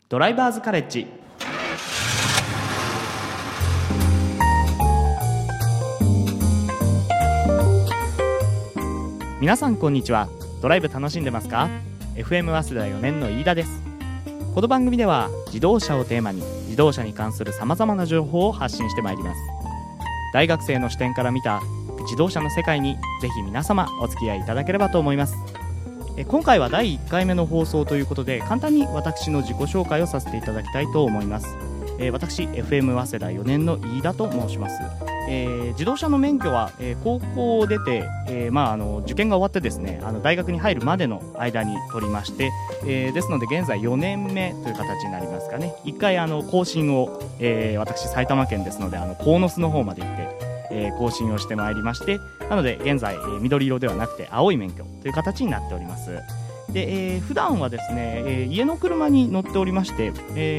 ドライバーズカレッジ。皆さんこんにちは。ドライブ楽しんでますか？ FM 早稲田4年の飯田です。この番組では自動車をテーマに自動車に関するさまざまな情報を発信してまいります。大学生の視点から見た自動車の世界にぜひ皆様お付き合いいただければと思います。今回は第1回目の放送ということで、簡単に私の自己紹介をさせていただきたいと思います。私 FM 早稲田4年の飯田と申します。自動車の免許は、高校を出て、受験が終わってですね、大学に入るまでの間に取りまして、ですので現在4年目という形になりますかね。1回更新を、私埼玉県ですので鴻巣の方まで行って、更新をしてまいりまして、なので現在、緑色ではなくて青い免許という形になっております。で、普段はですね、家の車に乗っておりまして、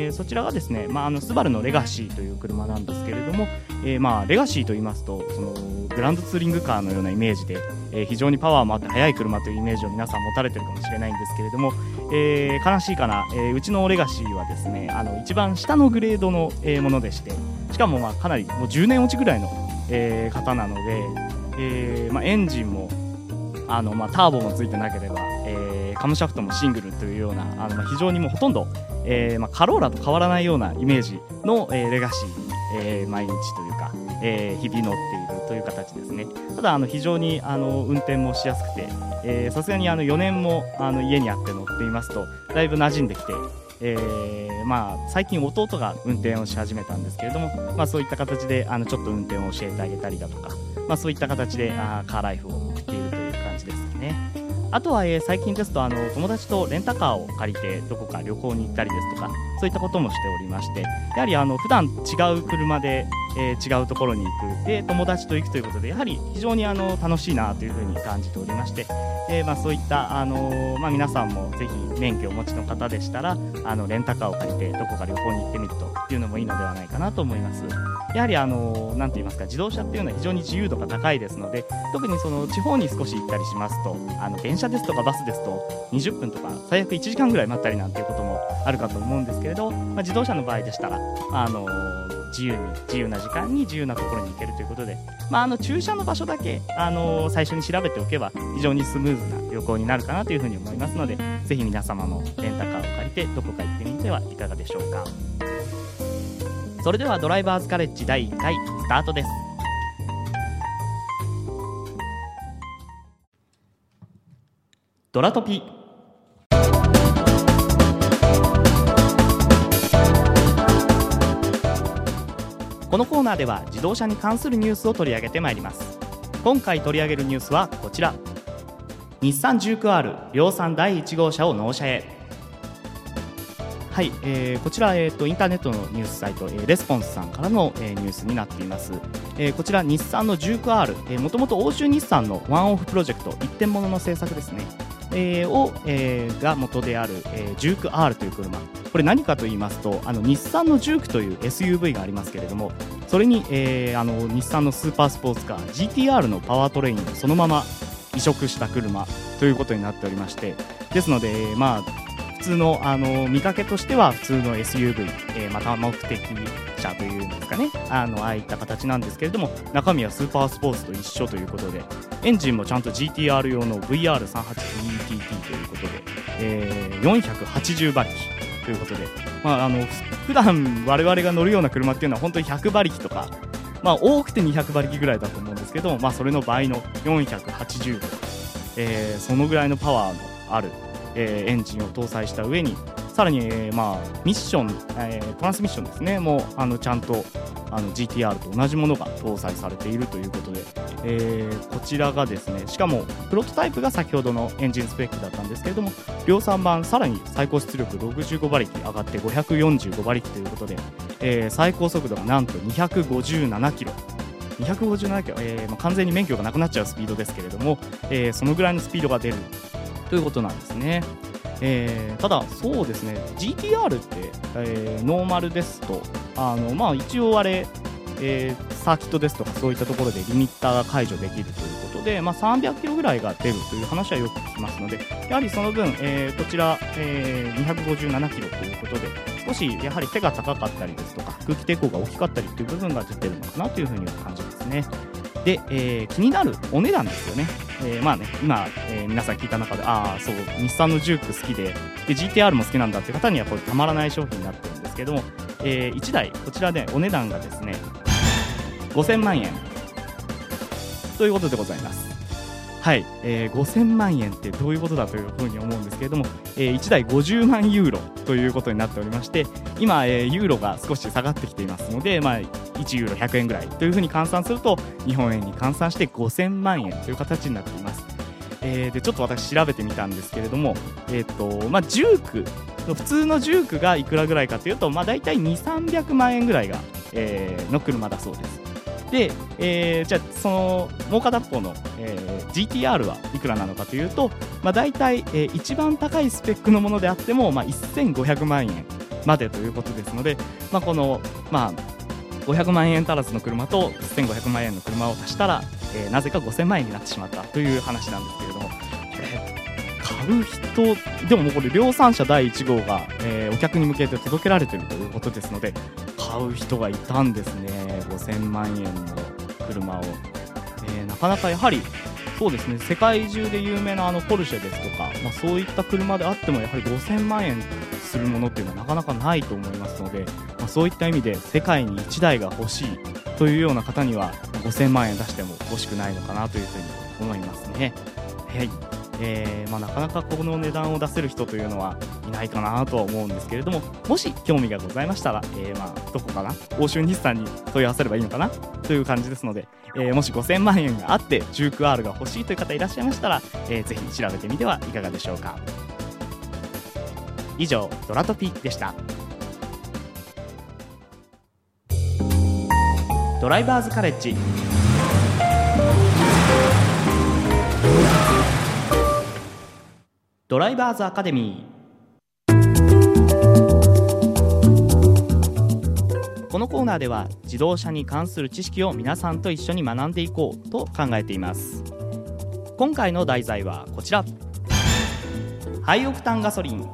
そちらがですね、スバルのレガシーという車なんですけれども、レガシーと言いますとそのグランドツーリングカーのようなイメージで、非常にパワーもあって速い車というイメージを皆さん持たれているかもしれないんですけれども、悲しいかな、うちのレガシーはですね、一番下のグレードの、ものでして、しかもかなりもう10年落ちぐらいの、方なので、エンジンもターボもついてなければ、カムシャフトもシングルというような非常にもうほとんど、カローラと変わらないようなイメージの、レガシーに、毎日というか、日々乗っているという形ですね。ただ非常に運転もしやすくて、さすがに4年も家にあって乗っていますとだいぶ馴染んできて、最近弟が運転をし始めたんですけれども、そういった形でちょっと運転を教えてあげたりだとか、そういった形でカーライフを送っているという感じですね。あとは、最近ですと友達とレンタカーを借りてどこか旅行に行ったりですとか、そういったこともしておりまして、やはり普段違う車で、違うところに行くで友達と行くということで、やはり非常に楽しいなというふうに感じておりまして、そういった、皆さんもぜひ免許をお持ちの方でしたらレンタカーを借りてどこか旅行に行ってみるというのもいいのではないかなと思います。やはりなんて言いますか、自動車っていうのは非常に自由度が高いですので、特にその地方に少し行ったりしますと電車ですとかバスですと20分とか最悪1時間ぐらい待ったりなんていうこともあるかと思うんですけれど、自動車の場合でしたら自由な時間に自由なところに行けるということで、駐車の場所だけ最初に調べておけば非常にスムーズな旅行になるかなというふうに思いますので、ぜひ皆様もレンタカーを借りてどこか行ってみてはいかがでしょうか。それではドライバーズカレッジ第1回スタートです。ドラトピ。このコーナーでは自動車に関するニュースを取り上げてまいります。今回取り上げるニュースはこちら。日産ジューク R 量産第1号車を納車へ。はい、こちら、インターネットのニュースサイト、レスポンスさんからの、ニュースになっています。こちら日産のジューク R、もともと欧州日産のワンオフプロジェクト一点物の制作ですね、が元である、ジューク R という車、これ何かと言いますと日産のジュークという SUV がありますけれども、それに、日産のスーパースポーツカー GTR のパワートレインをそのまま移植した車ということになっておりまして、ですので普通の、見かけとしては普通の SUV、多目的車というんですかね、ああいった形なんですけれども、中身はスーパースポーツと一緒ということで、エンジンもちゃんと GTR 用の VR38VTT ということで、480馬力ということで、普段我々が乗るような車っていうのは本当に100馬力とか、多くて200馬力ぐらいだと思うんですけど、それの倍の480とか、そのぐらいのパワーのあるエンジンを搭載した上に、さらに、ミッション、トランスミッションですね、もうちゃんとGTR と同じものが搭載されているということで、こちらがですね、しかもプロトタイプが先ほどのエンジンスペックだったんですけれども、量産版さらに最高出力65馬力上がって545馬力ということで、最高速度がなんと257キロ、完全に免許がなくなっちゃうスピードですけれども、そのぐらいのスピードが出るということなんですね。ただそうですね、 GTR って、ノーマルですと一応あれ、サーキットですとかそういったところでリミッターが解除できるということで、300キロぐらいが出るという話はよく聞きますので、やはりその分、こちら、257キロということで、少しやはり背が高かったりですとか空気抵抗が大きかったりという部分が出てるのかなというふうには感じますね。で、気になるお値段ですよね。今、皆さん聞いた中でそう日産のジューク好きで GTR も好きなんだって方にはこれたまらない商品になってるんですけども、1台こちらでお値段がですね5000万円ということでございます。はい、5000万円ってどういうことだというふうに思うんですけれども、1台50万ユーロということになっておりまして、今、ユーロが少し下がってきていますので、1ユーロ100円ぐらいというふうに換算すると日本円に換算して5000万円という形になっています。でちょっと私調べてみたんですけれども、ジューク普通のジュークがいくらぐらいかというと、だいたい2、300万円ぐらいが、の車だそうです。で、じゃあそのもう片方の、GTR はいくらなのかというと、だいたい一番高いスペックのものであっても、1500万円までということですので、この、500万円足らずの車と1500万円の車を足したら、なぜか5000万円になってしまったという話なんですけれども、これ買う人でも、これ量産車第1号が、お客に向けて届けられているということですので、買う人がいたんですね。5000万円の車を、なかなかやはりそうですね、世界中で有名なポルシェですとか、そういった車であってもやはり5000万円するものっていうのはなかなかないと思いますので、そういった意味で世界に1台が欲しいというような方には5000万円出しても惜しくないのかなというふうに思いますね。はい、なかなかこの値段を出せる人というのはいないかなとは思うんですけれども、もし興味がございましたら、どこかな、欧州日産に問い合わせればいいのかなという感じですので、もし5000万円があってジューク R が欲しいという方いらっしゃいましたら、ぜひ調べてみてはいかがでしょうか。以上ドラトピでした。ドライバーズカレッジ、ドライバーズアカデミー。このコーナーでは自動車に関する知識を皆さんと一緒に学んでいこうと考えています。今回の題材はこちら、ハイオクタンガソリン。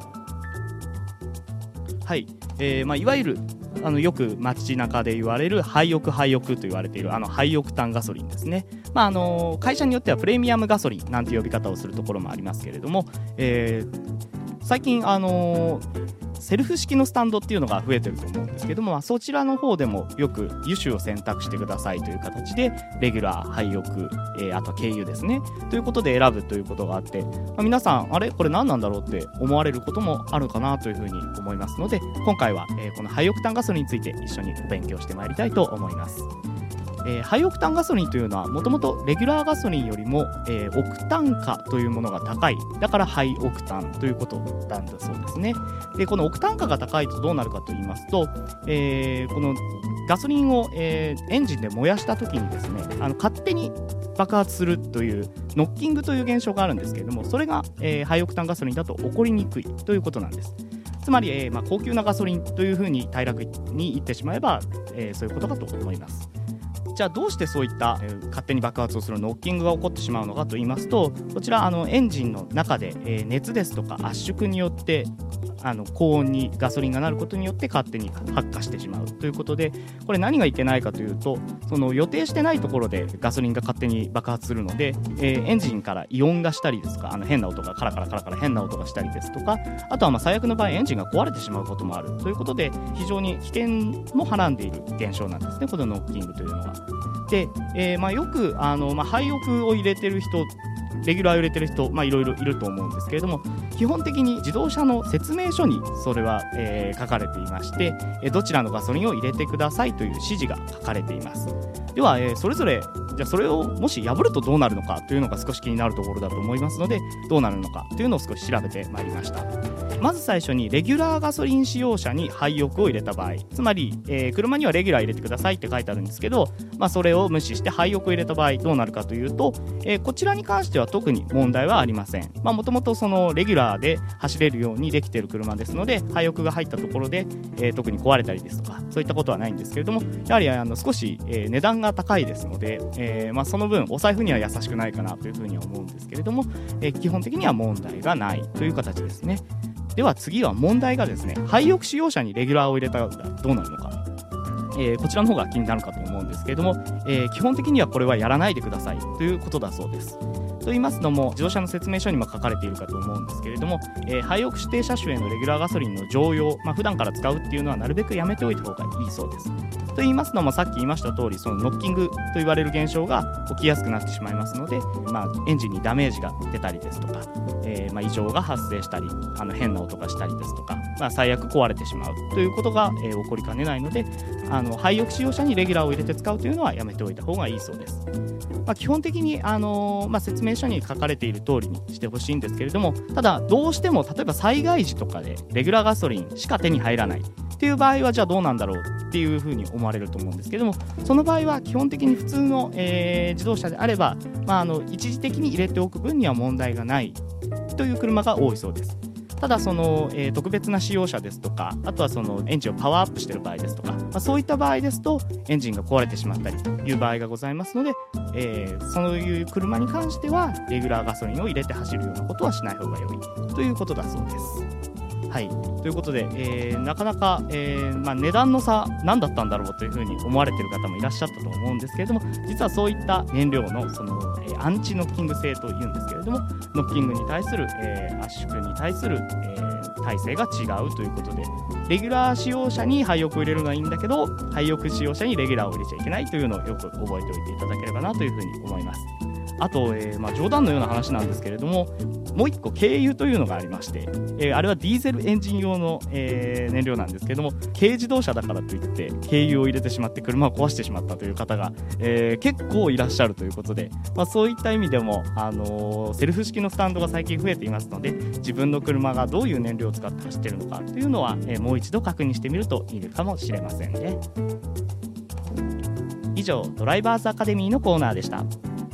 はい、いわゆるよく街中で言われるハイオクと言われているハイオクタンガソリンですね。会社によってはプレミアムガソリンなんて呼び方をするところもありますけれども、最近セルフ式のスタンドっていうのが増えてると思うんですけども、そちらの方でもよく油種を選択してくださいという形でレギュラー、ハイオク、あとは軽油ですねということで選ぶということがあって、皆さんこれ何なんだろうって思われることもあるかなというふうに思いますので、今回は、このハイオクタンガソリンについて一緒にお勉強してまいりたいと思います。ハイオクタンガソリンというのはもともとレギュラーガソリンよりも、オクタン価というものが高い、だからハイオクタンということなんだそうですね。でこのオクタン価が高いとどうなるかと言いますと、このガソリンを、エンジンで燃やした時にですね、勝手に爆発するというノッキングという現象があるんですけれども、それが、ハイオクタンガソリンだと起こりにくいということなんです。つまり、高級なガソリンというふうに平らに言ってしまえば、そういうことかと思います。じゃあどうしてそういった勝手に爆発をするノッキングが起こってしまうのかと言いますと、こちらエンジンの中で熱ですとか圧縮によって高温にガソリンがなることによって勝手に発火してしまうということで、これ何がいけないかというと、その予定してないところでガソリンが勝手に爆発するので、エンジンから異音がしたりですとか、変な音がカラカラ変な音がしたりですとか、あとは最悪の場合エンジンが壊れてしまうこともあるということで、非常に危険もはらんでいる現象なんですね、このノッキングというのは。で、よくハイオクを入れてる人、レギュラーを入れてる人、いろいろいると思うんですけれども、基本的に自動車の説明書にそれは、書かれていまして、どちらのガソリンを入れてくださいという指示が書かれています。では、それぞれじゃあそれをもし破るとどうなるのかというのが少し気になるところだと思いますので、どうなるのかというのを少し調べてまいりました。まず最初にレギュラーガソリン使用車にハイオクを入れた場合、つまり、車にはレギュラー入れてくださいって書いてあるんですけど、それを無視してハイオクを入れた場合どうなるかというと、こちらに関しては特に問題はありません。もともとそのレギュラーで走れるようにできている車ですので、廃屋が入ったところで、特に壊れたりですとかそういったことはないんですけれども、やはり少し、値段が高いですので、その分お財布には優しくないかなというふうには思うんですけれども、基本的には問題がないという形ですね。では次は問題がですね、廃屋使用者にレギュラーを入れたらどうなるのか、こちらの方が気になるかと思うんですけれども、基本的にはこれはやらないでくださいということだそうです。と言いますのも、自動車の説明書にも書かれているかと思うんですけれども、廃屋指定車種へのレギュラーガソリンの常用、普段から使うっていうのはなるべくやめておいた方がいいそうです。と言いますのも、さっき言いました通り、そのノッキングと言われる現象が起きやすくなってしまいますので、エンジンにダメージが出たりですとか、異常が発生したり、変な音がしたりですとか、最悪壊れてしまうということが、起こりかねないので、廃屋使用車にレギュラーを入れて使うというのはやめておいた方がいいそうです。基本的に、説明書に書かれている通りにしてほしいんですけれども、ただどうしても例えば災害時とかでレギュラーガソリンしか手に入らないっていう場合は、じゃあどうなんだろうっていうふうに思われると思うんですけども、その場合は基本的に普通の、自動車であれば、一時的に入れておく分には問題がないという車が多いそうです。ただその、特別な使用車ですとか、あとはそのエンジンをパワーアップしている場合ですとか、そういった場合ですとエンジンが壊れてしまったりという場合がございますので、そういう車に関してはレギュラーガソリンを入れて走るようなことはしない方が良いということだそうです。はい、ということで、なかなか、値段の差何だったんだろうというふうに思われている方もいらっしゃったと思うんですけれども、実はそういった燃料のその、アンチノッキング性というんですけれども、ノッキングに対する、圧縮に対する、耐性が違うということで、レギュラー使用車に廃屋を入れるのはいいんだけど、廃屋使用車にレギュラーを入れちゃいけないというのをよく覚えておいていただければなというふうに思います。あと、冗談のような話なんですけれども、もう一個軽油というのがありまして、あれはディーゼルエンジン用の、燃料なんですけども、軽自動車だからといって軽油を入れてしまって車を壊してしまったという方が、結構いらっしゃるということで、そういった意味でも、セルフ式のスタンドが最近増えていますので、自分の車がどういう燃料を使って走っているのかというのは、もう一度確認してみるといいかもしれませんね。以上、ドライバーズアカデミーのコーナーでした。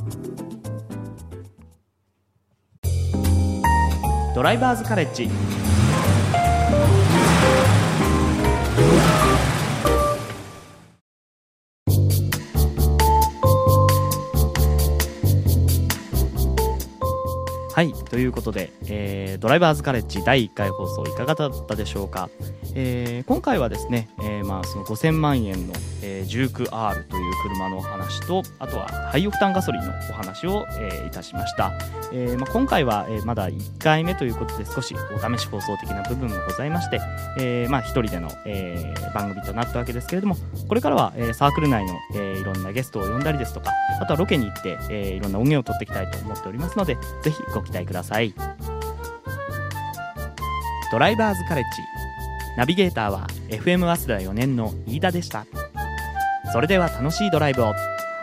ドライバーズカレッジ。はい、ということで、ドライバーズカレッジ第1回放送いかがだったでしょうか。今回はですね、その5000万円の、ジューク R という車のお話と、あとはハイオクタンガソリンのお話を、いたしました。今回は、まだ1回目ということで少しお試し放送的な部分もございまして、一人での、番組となったわけですけれども、これからは、サークル内の、いろんなゲストを呼んだりですとか、あとはロケに行って、いろんな音源を取っていきたいと思っておりますので、ぜひご期待ください。ドライバーズカレッジ、ナビゲーターは FM 早稲田4年の飯田でした。それでは楽しいドライブを。